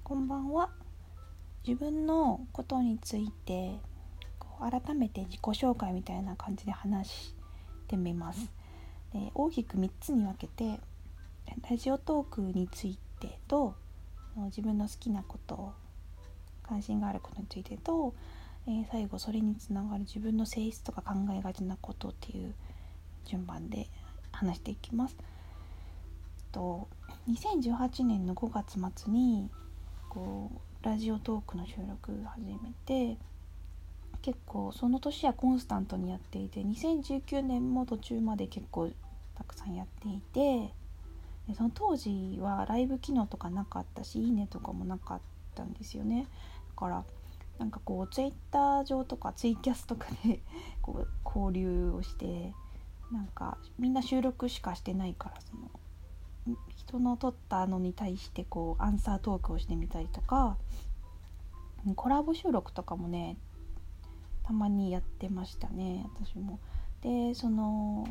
こんばんは。自分のことについて改めて自己紹介みたいな感じで話してみます。で、大きく3つに分けて、ラジオトークについてと自分の好きなこと、関心があることについてと、最後それにつながる自分の性質とか考えがちなことっていう順番で話していきます。2018年の5月末にラジオトークの収録始めて、結構その年はコンスタントにやっていて、2019年も途中まで結構たくさんやっていて、その当時はライブ機能とかなかったし、いいねとかもなかったんですよね。だからツイッター上とかツイキャスとかで交流をして、みんな収録しかしてないから、その人の撮ったのに対してアンサートークをしてみたりとか、コラボ収録とかもねたまにやってましたね、私も。で、その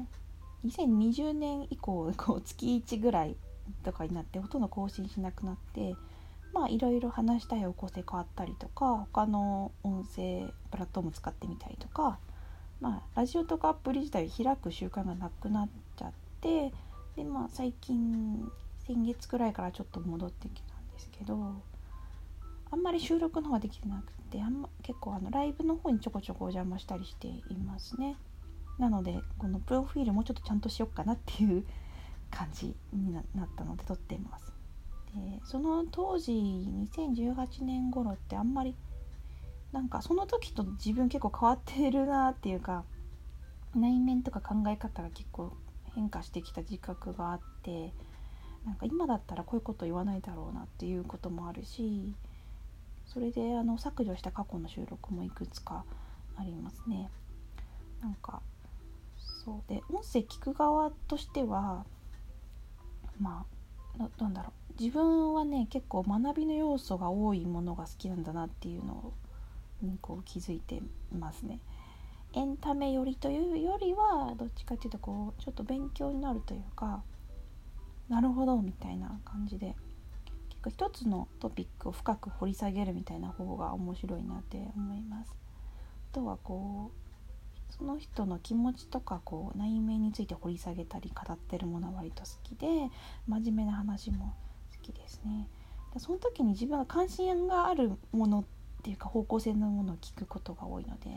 2020年以降月1ぐらいとかになってほとんど更新しなくなって、いろいろ話したい方向性変わったりとか、他の音声プラットフォーム使ってみたりとか、ラジオとかアプリ自体開く習慣がなくなっちゃって、で最近先月くらいからちょっと戻ってきたんですけど、あんまり収録の方はできてなくて、結構ライブの方にちょこちょこお邪魔したりしていますね。なのでこのプロフィールもうちょっとちゃんとしよっかなっていう感じになったので撮っています。で、その当時2018年頃ってあんまりその時と自分結構変わってるなっていうか、内面とか考え方が結構変化してきた自覚があって、今だったらこういうこと言わないだろうなっていうこともあるし、それで削除した過去の収録もいくつかありますね。そうで、音声聞く側としてはなんだろう、自分はね結構学びの要素が多いものが好きなんだなっていうのに気づいてますね。エンタメ寄りというよりはどっちかっていうとちょっと勉強になるというか、なるほどみたいな感じで、結構一つのトピックを深く掘り下げるみたいな方が面白いなって思います。あとはその人の気持ちとか内面について掘り下げたり語ってるものは割と好きで、真面目な話も好きですね。その時に自分が関心があるものっていうか方向性のものを聞くことが多いので、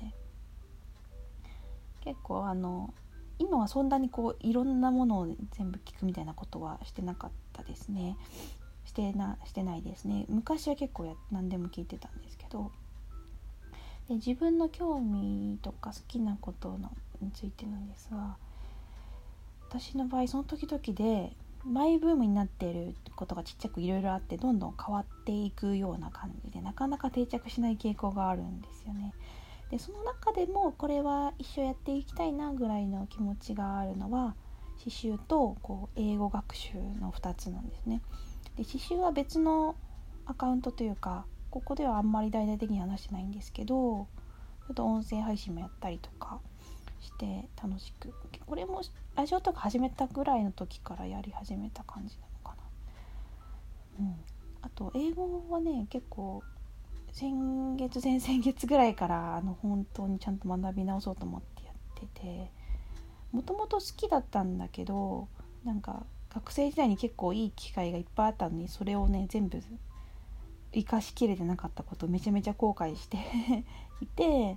結構今はそんなにいろんなものを全部聞くみたいなことはしてなかったですね。してないですね。昔は結構何でも聞いてたんですけど、で、自分の興味とか好きなことについてなんですが、私の場合その時々でマイブームになっていることがちっちゃくいろいろあって、どんどん変わっていくような感じで、なかなか定着しない傾向があるんですよね。で、その中でもこれは一生やっていきたいなぐらいの気持ちがあるのは刺繍と英語学習の2つなんですね。で、刺繍は別のアカウントというか、ここではあんまり大々的に話してないんですけど、ちょっと音声配信もやったりとかして楽しく、これもラジオとか始めたぐらいの時からやり始めた感じなのかな。あと英語はね、結構先々月ぐらいから本当にちゃんと学び直そうと思ってやってて、もともと好きだったんだけど、学生時代に結構いい機会がいっぱいあったのに、それをね全部生かしきれてなかったことをめちゃめちゃ後悔していて、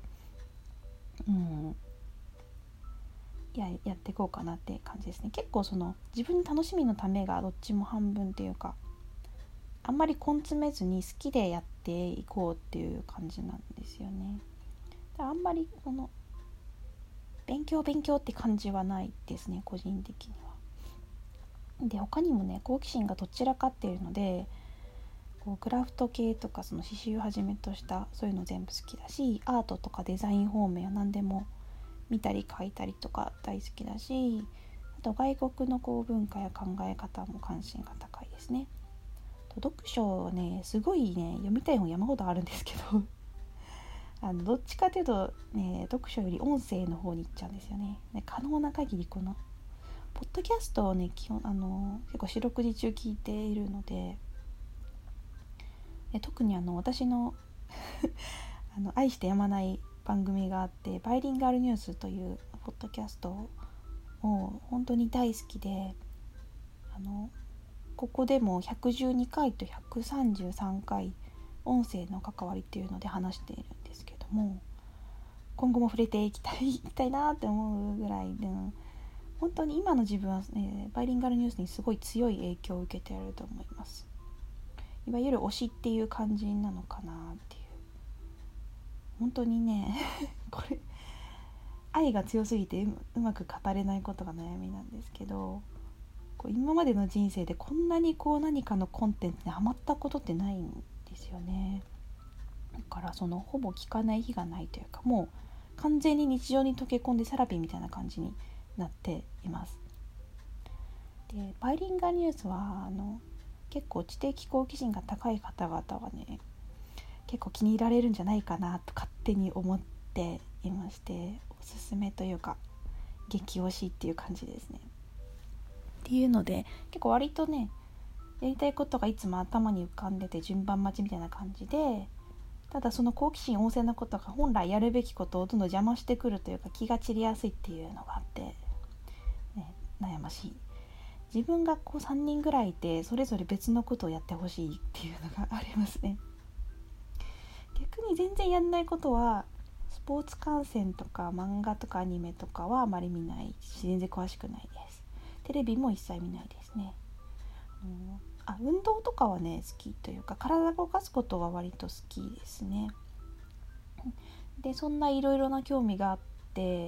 やっていこうかなって感じですね。結構自分の楽しみのためがどっちも半分っていうか、あんまり根詰めずに好きでやっていこうっていう感じなんですよね。あんまり勉強って感じはないですね、個人的には。で、他にもね好奇心がどちらかっているので、クラフト系とかその刺繍をはじめとしたそういうの全部好きだし、アートとかデザイン方面は何でも見たり書いたりとか大好きだし、あと外国の文化や考え方も関心が高いですね。読書はねすごいね読みたい本山ほどあるんですけどどっちかというとね、読書より音声の方に行っちゃうんですよね。可能な限りポッドキャストをね基本結構四六時中聞いているので、 特に私の愛してやまない番組があって、バイリンガルニュースというポッドキャストを本当に大好きで、ここでも112回と133回音声の関わりっていうので話しているんですけども、今後も触れていきたいなって思うぐらいで、本当に今の自分は、バイリンガルニュースにすごい強い影響を受けていると思います。いわゆる推しっていう感じなのかなっていう。本当にねこれ愛が強すぎてうまく語れないことが悩みなんですけど、今までの人生でこんなに何かのコンテンツにハマったことってないんですよね。だからほぼ聞かない日がないというか、もう完全に日常に溶け込んでセラピーみたいな感じになっています。でバイリンガルニュースは結構知的好奇心が高い方々はね、結構気に入られるんじゃないかなと勝手に思っていまして、おすすめというか激推しっていう感じですね。っていうので結構割とね、やりたいことがいつも頭に浮かんでて順番待ちみたいな感じで、ただその好奇心旺盛なことが本来やるべきことをどんどん邪魔してくるというか、気が散りやすいっていうのがあって、ね、悩ましい。自分が3人ぐらいいて、それぞれ別のことをやってほしいっていうのがありますね。逆に全然やんないことは、スポーツ観戦とか漫画とかアニメとかはあまり見ないし、全然詳しくないです。テレビも一切見ないですね。運動とかはね好きというか、体を動かすことは割と好きですね。でそんないろいろな興味があって、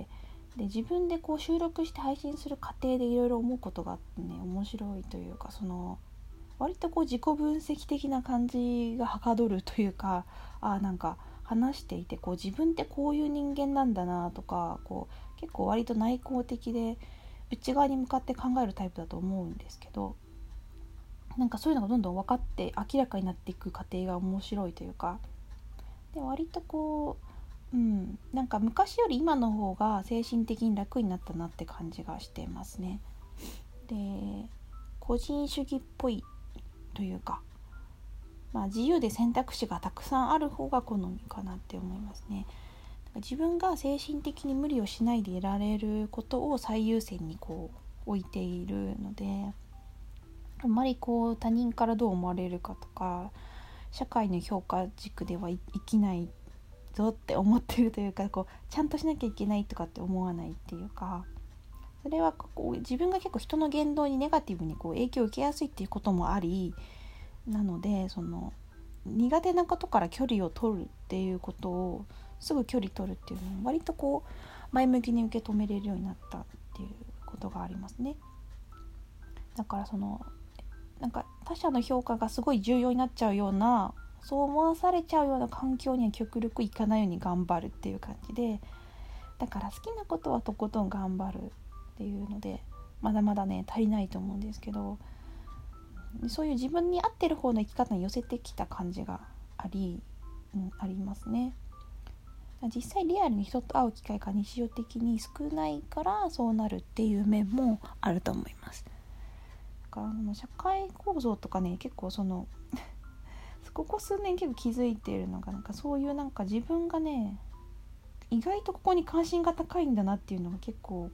で自分で収録して配信する過程でいろいろ思うことがあってね、面白いというか、割と自己分析的な感じがはかどるというか、なんか話していて自分ってこういう人間なんだなとか、結構割と内向的で内側に向かって考えるタイプだと思うんですけど、なんかそういうのがどんどん分かって明らかになっていく過程が面白いというか、で割となんか昔より今の方が精神的に楽になったなって感じがしてますね。で個人主義っぽいというか、自由で選択肢がたくさんある方が好みかなって思いますね。自分が精神的に無理をしないでいられることを最優先に置いているので、あんまり他人からどう思われるかとか、社会の評価軸では生きないぞって思ってるというか、ちゃんとしなきゃいけないとかって思わないっていうか、それは自分が結構人の言動にネガティブに影響を受けやすいっていうこともあり、なので苦手なことから距離を取るっていうことを、すぐ距離取るっていうのを割と前向きに受け止めれるようになったっていうことがありますね。だからなんか他者の評価がすごい重要になっちゃうような、そう思わされちゃうような環境には極力いかないように頑張るっていう感じで、だから好きなことはとことん頑張るっていうので、まだまだね足りないと思うんですけど、そういう自分に合ってる方の生き方に寄せてきた感じがありますね。実際リアルに人と会う機会が日常的に少ないからそうなるっていう面もあると思います。だから社会構造とかね、結構ここ数年結構気づいているのが、そういう自分がね意外とここに関心が高いんだなっていうのが結構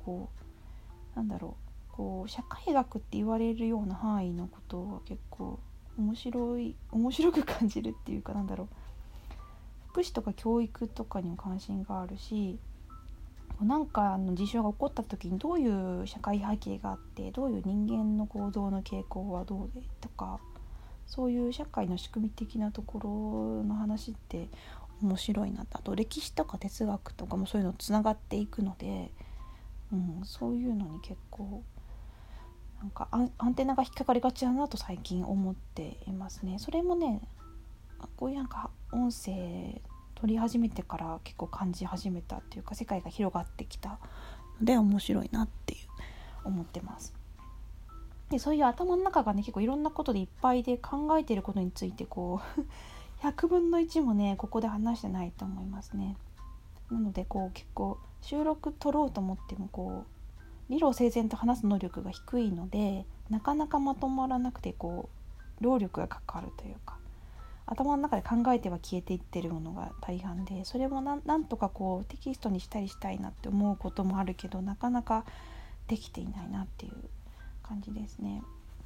社会学って言われるような範囲のことが結構面白く感じるっていうか、福祉とか教育とかにも関心があるし、なんかの事象が起こった時にどういう社会背景があって、どういう人間の行動の傾向はどうでとか、そういう社会の仕組み的なところの話って面白いな。あと歴史とか哲学とかもそういうのつながっていくので、そういうのに結構アンテナが引っかかりがちだなと最近思っていますね。それもね、こういう音声撮り始めてから結構感じ始めたっていうか、世界が広がってきたので面白いなって思ってます。でそういう頭の中がね結構いろんなことでいっぱいで、考えていることについて100分の1もねここで話してないと思いますね。なので結構収録撮ろうと思っても理路整然と話す能力が低いので、なかなかまとまらなくて労力がかかるというか、 頭の中で考えては消えていってるものが大半で、それもなんとかこうテキストにしたりしたいなって思うこともあるけど、なかなかできていないなっていう感じですね。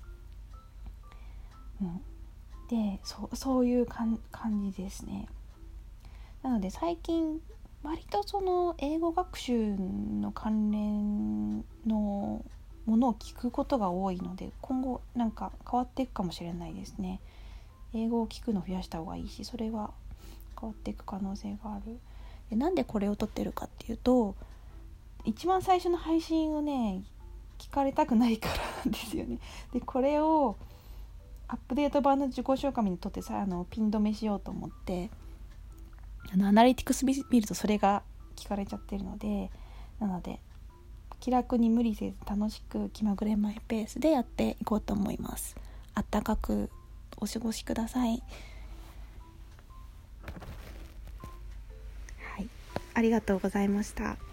でそういう感じですね。なので最近割とその英語学習の関連のものを聞くことが多いので、今後なんか変わっていくかもしれないですね。英語を聞くの増やした方がいいし、それは変わっていく可能性がある。でなんでこれを撮ってるかっていうと、一番最初の配信をね聞かれたくないからなんですよね。でこれをアップデート版の自己紹介にとってさ、ピン止めしようと思って、アナリティクス見るとそれが聞かれちゃってるので、なので気楽に無理せず楽しく気まぐれマイペースでやっていこうと思います。あったかくお過ごしください。はい、ありがとうございました。